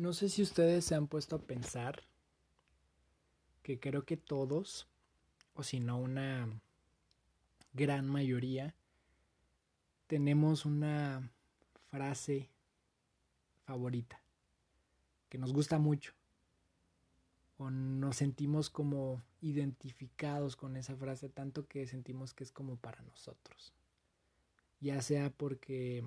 No sé si ustedes se han puesto a pensar que creo que todos, o si no una gran mayoría, tenemos una frase favorita que nos gusta mucho o nos sentimos como identificados con esa frase tanto que sentimos que es como para nosotros. Ya sea porque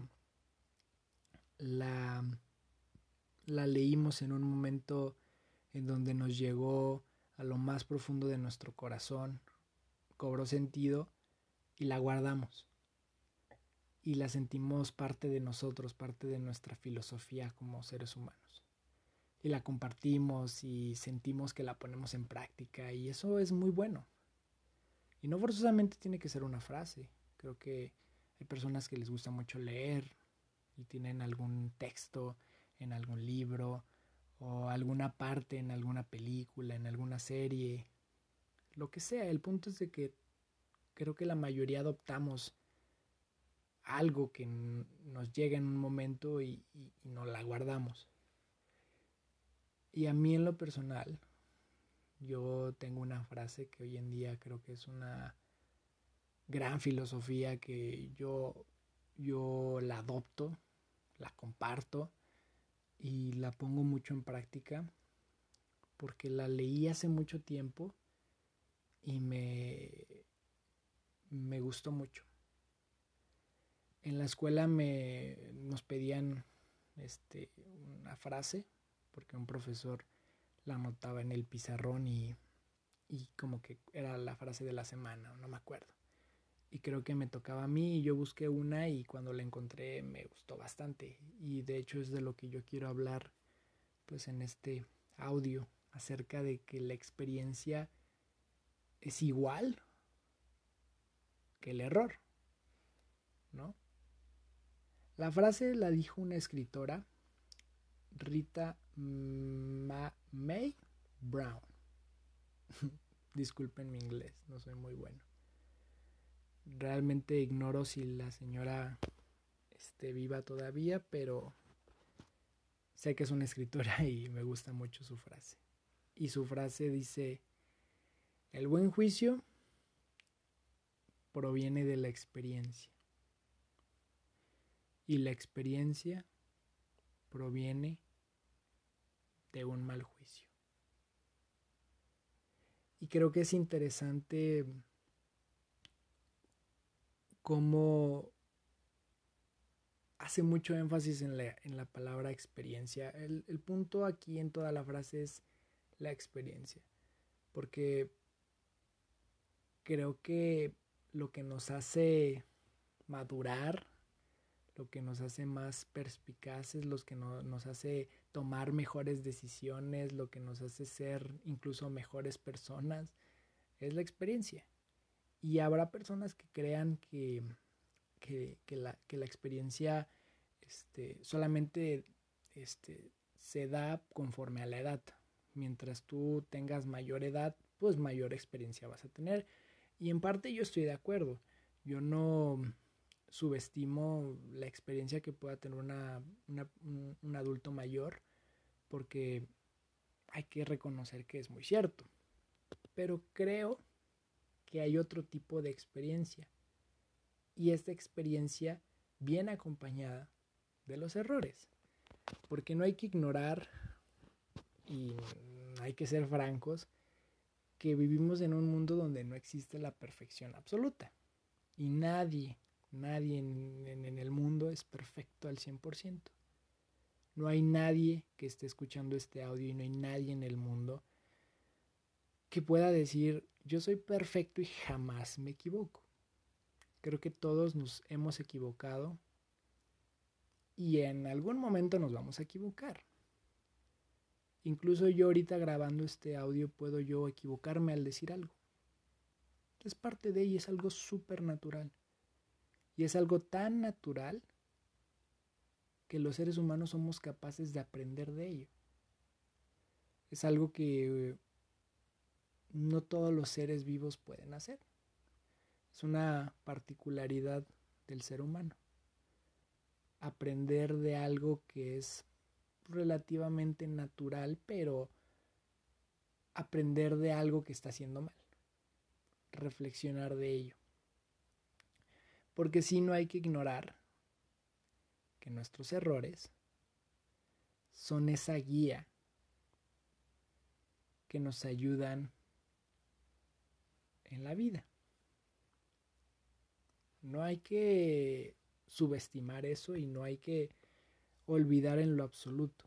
la, la leímos en un momento en donde nos llegó a lo más profundo de nuestro corazón, cobró sentido y la guardamos. Y la sentimos parte de nosotros, parte de nuestra filosofía como seres humanos. Y la compartimos y sentimos que la ponemos en práctica y eso es muy bueno. Y no forzosamente tiene que ser una frase. Creo que hay personas que les gusta mucho leer y tienen algún texto en algún libro o alguna parte en alguna película, en alguna serie, lo que sea. El punto es de que creo que la mayoría adoptamos algo que nos llega en un momento y nos la guardamos. Y a mí en lo personal, yo tengo una frase que hoy en día creo que es una gran filosofía que yo la adopto, la comparto y la pongo mucho en práctica porque la leí hace mucho tiempo y me gustó mucho. En la escuela nos pedían una frase porque un profesor la anotaba en el pizarrón y como que era la frase de la semana, no me acuerdo. Y creo que me tocaba a mí y yo busqué una y cuando la encontré me gustó bastante. Y de hecho es de lo que yo quiero hablar pues en este audio acerca de que la experiencia es igual que el error, ¿no? La frase la dijo una escritora, Rita Mae Brown. Disculpen mi inglés, no soy muy bueno. Realmente ignoro si la señora esté viva todavía, pero sé que es una escritora y me gusta mucho su frase. Y su frase dice, el buen juicio proviene de la experiencia y la experiencia proviene de un mal juicio. Y creo que es interesante cómo hace mucho énfasis en la palabra experiencia. El punto aquí en toda la frase es la experiencia. Porque creo que lo que nos hace madurar, lo que nos hace más perspicaces, lo que nos hace tomar mejores decisiones, lo que nos hace ser incluso mejores personas, es la experiencia. Y habrá personas que crean que la experiencia solamente se da conforme a la edad. Mientras tú tengas mayor edad, pues mayor experiencia vas a tener. Y en parte yo estoy de acuerdo. Yo no subestimo la experiencia que pueda tener un adulto mayor porque hay que reconocer que es muy cierto. Pero creo que hay otro tipo de experiencia. Y esta experiencia viene acompañada de los errores. Porque no hay que ignorar y hay que ser francos que vivimos en un mundo donde no existe la perfección absoluta. Y nadie en el mundo es perfecto al 100%. No hay nadie que esté escuchando este audio y no hay nadie en el mundo que pueda decir yo soy perfecto y jamás me equivoco. Creo que todos nos hemos equivocado y en algún momento nos vamos a equivocar. Incluso yo ahorita grabando este audio puedo yo equivocarme al decir algo. Es parte de ella, es algo súper natural. Y es algo tan natural que los seres humanos somos capaces de aprender de ello. Es algo que no todos los seres vivos pueden hacer. Es una particularidad del ser humano. Aprender de algo que es relativamente natural, pero aprender de algo que está haciendo mal, reflexionar de ello. Porque sí, no hay que ignorar que nuestros errores son esa guía que nos ayudan en la vida. No hay que subestimar eso y no hay que olvidar en lo absoluto.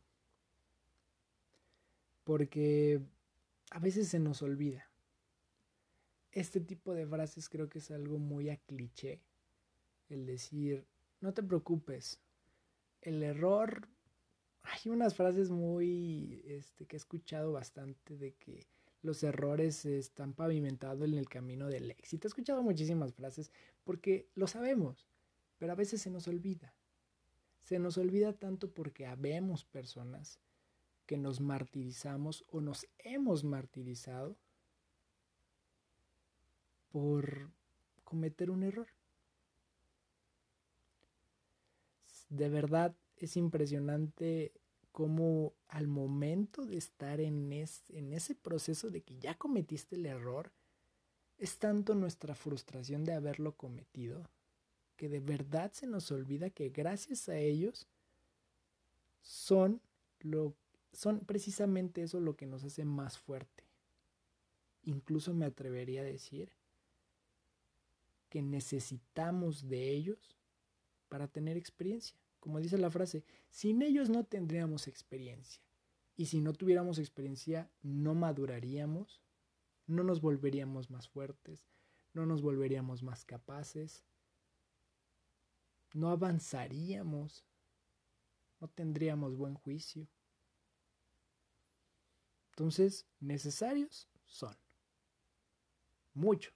Porque a veces se nos olvida. Este tipo de frases creo que es algo muy a cliché. El decir, no te preocupes, el error... Hay unas frases muy que he escuchado bastante de que los errores están pavimentados en el camino del éxito. He escuchado muchísimas frases porque lo sabemos, pero a veces se nos olvida. Se nos olvida tanto porque habemos personas que nos martirizamos o nos hemos martirizado por cometer un error. De verdad es impresionante cómo al momento de estar en ese proceso de que ya cometiste el error, es tanto nuestra frustración de haberlo cometido que de verdad se nos olvida que gracias a ellos son precisamente eso lo que nos hace más fuerte. Incluso me atrevería a decir que necesitamos de ellos para tener experiencia. Como dice la frase, sin ellos no tendríamos experiencia. Y si no tuviéramos experiencia, no maduraríamos, no nos volveríamos más fuertes, no nos volveríamos más capaces, no avanzaríamos, no tendríamos buen juicio. Entonces, necesarios son. Mucho.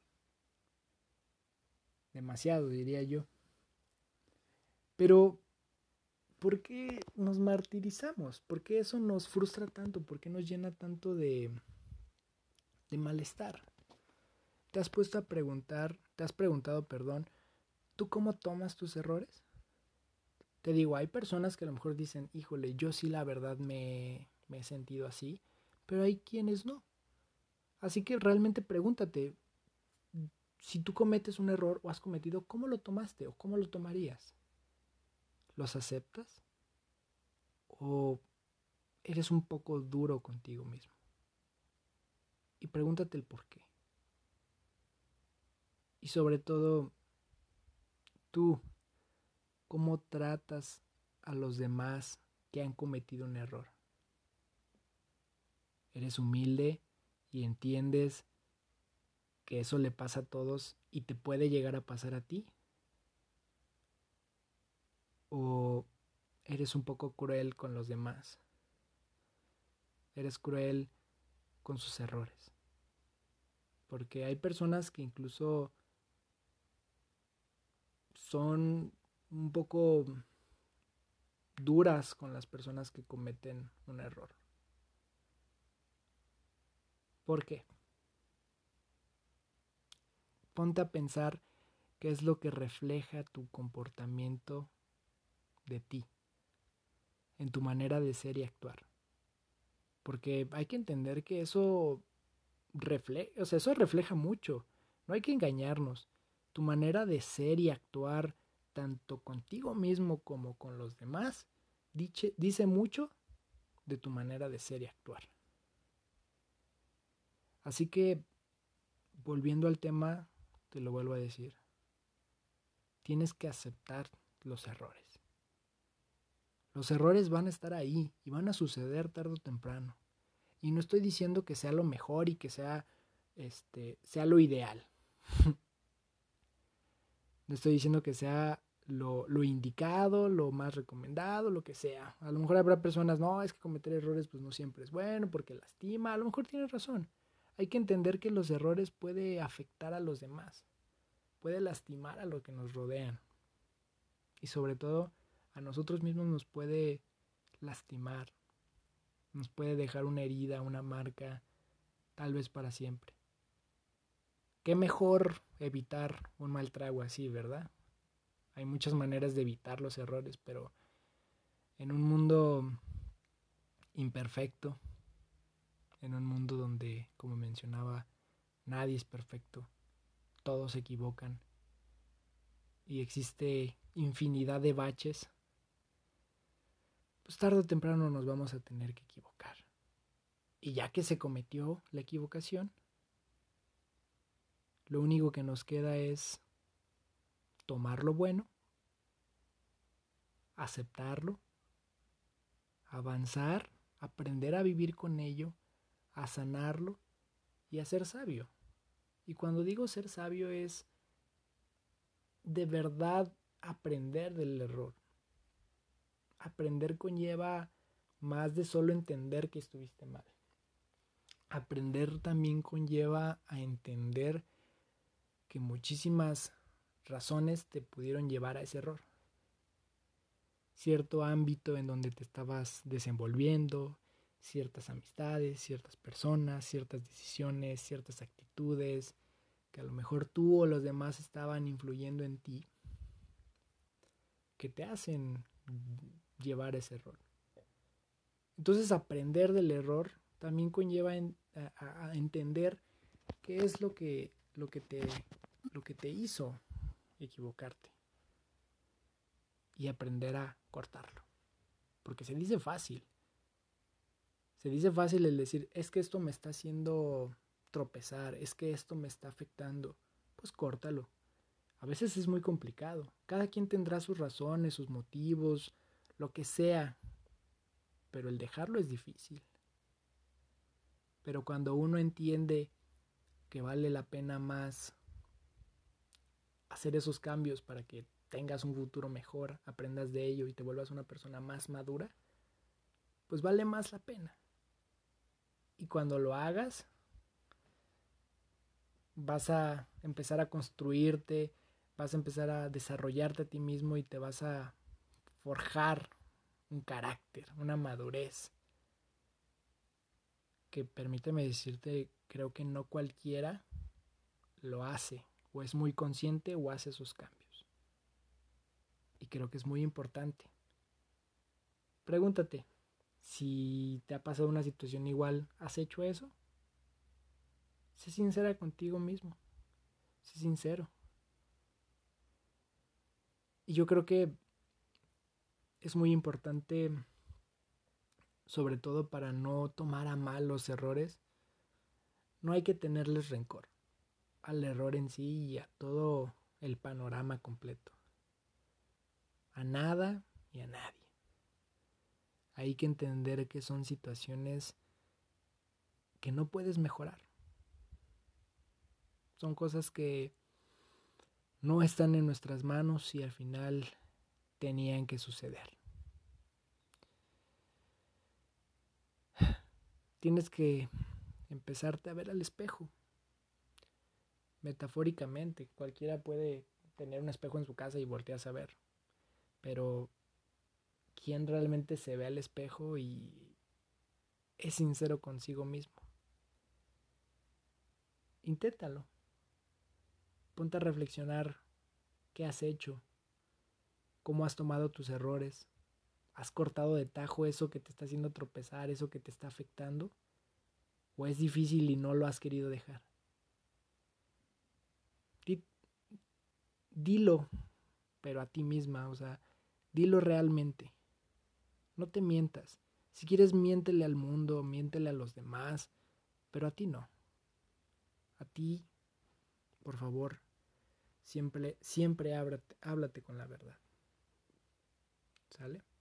Demasiado, diría yo. Pero, ¿por qué nos martirizamos? ¿Por qué eso nos frustra tanto? ¿Por qué nos llena tanto de malestar? ¿Te has preguntado, ¿tú cómo tomas tus errores? Te digo, hay personas que a lo mejor dicen, híjole, yo sí la verdad me he sentido así, pero hay quienes no. Así que realmente pregúntate, si tú cometes un error o has cometido, ¿cómo lo tomaste o cómo lo tomarías? ¿Los aceptas? ¿O eres un poco duro contigo mismo? Y pregúntate el por qué. Y sobre todo, tú, ¿cómo tratas a los demás que han cometido un error? ¿Eres humilde y entiendes que eso le pasa a todos y te puede llegar a pasar a ti? ¿O eres un poco cruel con los demás? ¿Eres cruel con sus errores? Porque hay personas que incluso son un poco duras con las personas que cometen un error. ¿Por qué? Ponte a pensar qué es lo que refleja tu comportamiento de ti, en tu manera de ser y actuar. Porque hay que entender que eso refleja mucho. No hay que engañarnos. Tu manera de ser y actuar, tanto contigo mismo como con los demás, dice mucho de tu manera de ser y actuar. Así que, volviendo al tema, te lo vuelvo a decir. Tienes que aceptar los errores. Los errores van a estar ahí y van a suceder tarde o temprano. Y no estoy diciendo que sea lo mejor y que sea lo ideal. No estoy diciendo que sea lo indicado, lo más recomendado, lo que sea. A lo mejor habrá personas, no, es que cometer errores pues no siempre es bueno porque lastima. A lo mejor tienes razón. Hay que entender que los errores pueden afectar a los demás. Puede lastimar a los que nos rodean. Y sobre todo, a nosotros mismos nos puede lastimar. Nos puede dejar una herida, una marca, tal vez para siempre. Qué mejor evitar un mal trago así, ¿verdad? Hay muchas maneras de evitar los errores, pero en un mundo imperfecto, en un mundo donde, como mencionaba, nadie es perfecto, todos se equivocan y existe infinidad de baches, pues tarde o temprano nos vamos a tener que equivocar. Y ya que se cometió la equivocación, lo único que nos queda es tomar lo bueno, aceptarlo, avanzar, aprender a vivir con ello, a sanarlo y a ser sabio. Y cuando digo ser sabio es de verdad aprender del error. Aprender conlleva más de solo entender que estuviste mal. Aprender también conlleva a entender que muchísimas razones te pudieron llevar a ese error. Cierto ámbito en donde te estabas desenvolviendo, ciertas amistades, ciertas personas, ciertas decisiones, ciertas actitudes, que a lo mejor tú o los demás estaban influyendo en ti, que te hacen llevar ese error. Entonces aprender del error también conlleva a entender qué es lo que te hizo equivocarte y aprender a cortarlo. Porque se dice fácil. Se dice fácil el decir, es que esto me está haciendo tropezar, es que esto me está afectando. Pues córtalo. A veces es muy complicado. Cada quien tendrá sus razones, sus motivos, lo que sea. Pero el dejarlo es difícil. Pero cuando uno entiende que vale la pena más hacer esos cambios para que tengas un futuro mejor, aprendas de ello y te vuelvas una persona más madura, pues vale más la pena. Y cuando lo hagas, vas a empezar a construirte, vas a empezar a desarrollarte a ti mismo y te vas a forjar un carácter, una madurez que, permíteme decirte, creo que no cualquiera lo hace, o es muy consciente o hace esos cambios. Y creo que es muy importante. Pregúntate, si te ha pasado una situación igual, ¿has hecho eso? Sé sincera contigo mismo, sé sincero. Y yo creo que es muy importante, sobre todo para no tomar a mal los errores, no hay que tenerles rencor al error en sí y a todo el panorama completo. A nada y a nadie. Hay que entender que son situaciones que no puedes mejorar. Son cosas que no están en nuestras manos y al final tenían que suceder. Tienes que empezarte a ver al espejo. Metafóricamente, cualquiera puede tener un espejo en su casa y voltearse a ver. Pero ¿quién realmente se ve al espejo y es sincero consigo mismo? Inténtalo. Ponte a reflexionar qué has hecho, cómo has tomado tus errores. ¿Has cortado de tajo eso que te está haciendo tropezar, eso que te está afectando? ¿O es difícil y no lo has querido dejar? Dilo, pero a ti misma, o sea, dilo realmente. No te mientas. Si quieres, miéntele al mundo, miéntele a los demás, pero a ti no. A ti, por favor, siempre háblate con la verdad. ¿Sale?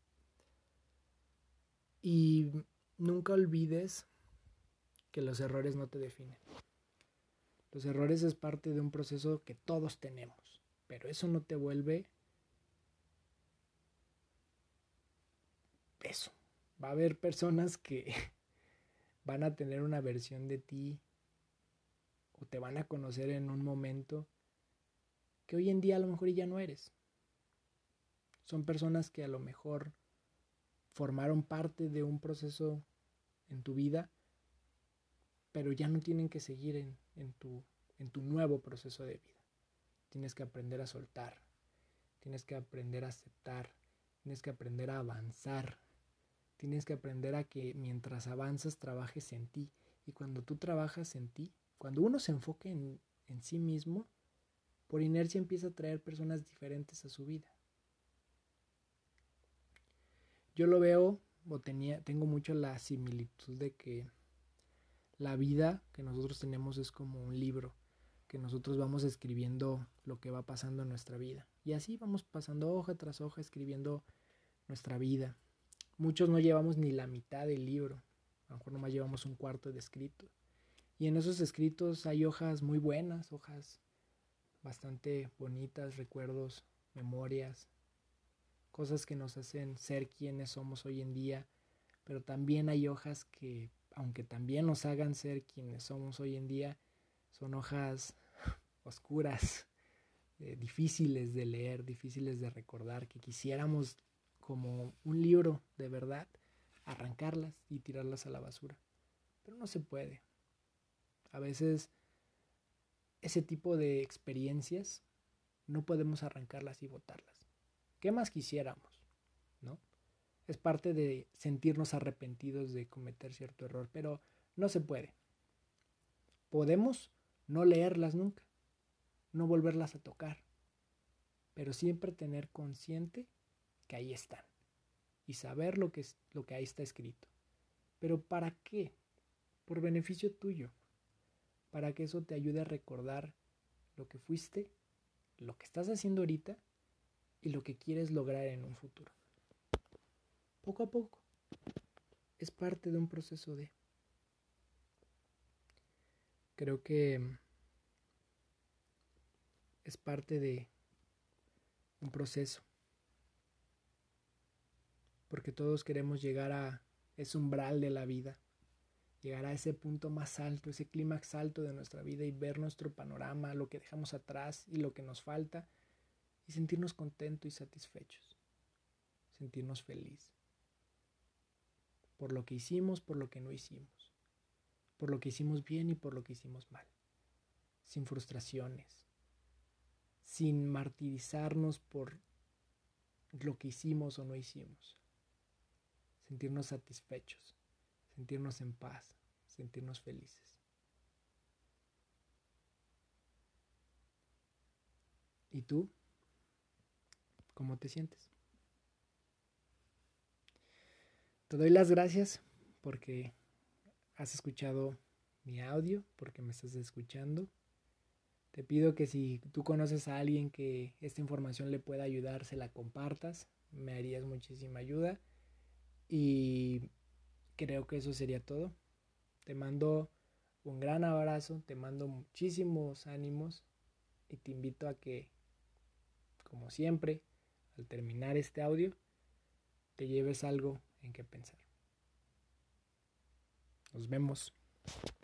Y nunca olvides que los errores no te definen. Los errores es parte de un proceso que todos tenemos, pero eso no te vuelve eso. Va a haber personas que van a tener una versión de ti o te van a conocer en un momento que hoy en día a lo mejor ya no eres. Son personas que a lo mejor formaron parte de un proceso en tu vida, pero ya no tienen que seguir en tu nuevo proceso de vida. Tienes que aprender a soltar, tienes que aprender a aceptar, tienes que aprender a avanzar, Tienes que aprender a que mientras avanzas trabajes en ti. Y cuando tú trabajas en ti, cuando uno se enfoque en sí mismo, por inercia empieza a traer personas diferentes a su vida. Yo lo veo, tengo mucho la similitud de que la vida que nosotros tenemos es como un libro, que nosotros vamos escribiendo lo que va pasando en nuestra vida. Y así vamos pasando hoja tras hoja escribiendo nuestra vida. Muchos no llevamos ni la mitad del libro, a lo mejor nomás llevamos un cuarto de escrito. Y en esos escritos hay hojas muy buenas, hojas bastante bonitas, recuerdos, memorias, cosas que nos hacen ser quienes somos hoy en día, pero también hay hojas que, aunque también nos hagan ser quienes somos hoy en día, son hojas oscuras, difíciles de leer, difíciles de recordar, que quisiéramos como un libro de verdad arrancarlas y tirarlas a la basura, pero no se puede. A veces ese tipo de experiencias no podemos arrancarlas y botarlas. ¿Qué más quisiéramos? ¿No? Es parte de sentirnos arrepentidos de cometer cierto error, pero no se puede. Podemos no leerlas nunca, no volverlas a tocar, pero siempre tener consciente que ahí están y saber lo que ahí está escrito. ¿Pero para qué? Por beneficio tuyo, para que eso te ayude a recordar lo que fuiste, lo que estás haciendo ahorita y lo que quieres lograr en un futuro. Poco a poco. Es parte de un proceso de... Creo que es parte de un proceso. Porque todos queremos llegar a ese umbral de la vida. Llegar a ese punto más alto, ese clímax alto de nuestra vida y ver nuestro panorama, lo que dejamos atrás y lo que nos falta y sentirnos contentos y satisfechos. Sentirnos felices. Por lo que hicimos, por lo que no hicimos. Por lo que hicimos bien y por lo que hicimos mal. Sin frustraciones. Sin martirizarnos por lo que hicimos o no hicimos. Sentirnos satisfechos. Sentirnos en paz. Sentirnos felices. ¿Y tú? ¿Cómo te sientes? Te doy las gracias porque has escuchado mi audio, porque me estás escuchando. Te pido que si tú conoces a alguien que esta información le pueda ayudar, se la compartas. Me harías muchísima ayuda. Y creo que eso sería todo. Te mando un gran abrazo, te mando muchísimos ánimos y te invito a que, como siempre, al terminar este audio, te lleves algo en que pensar. Nos vemos.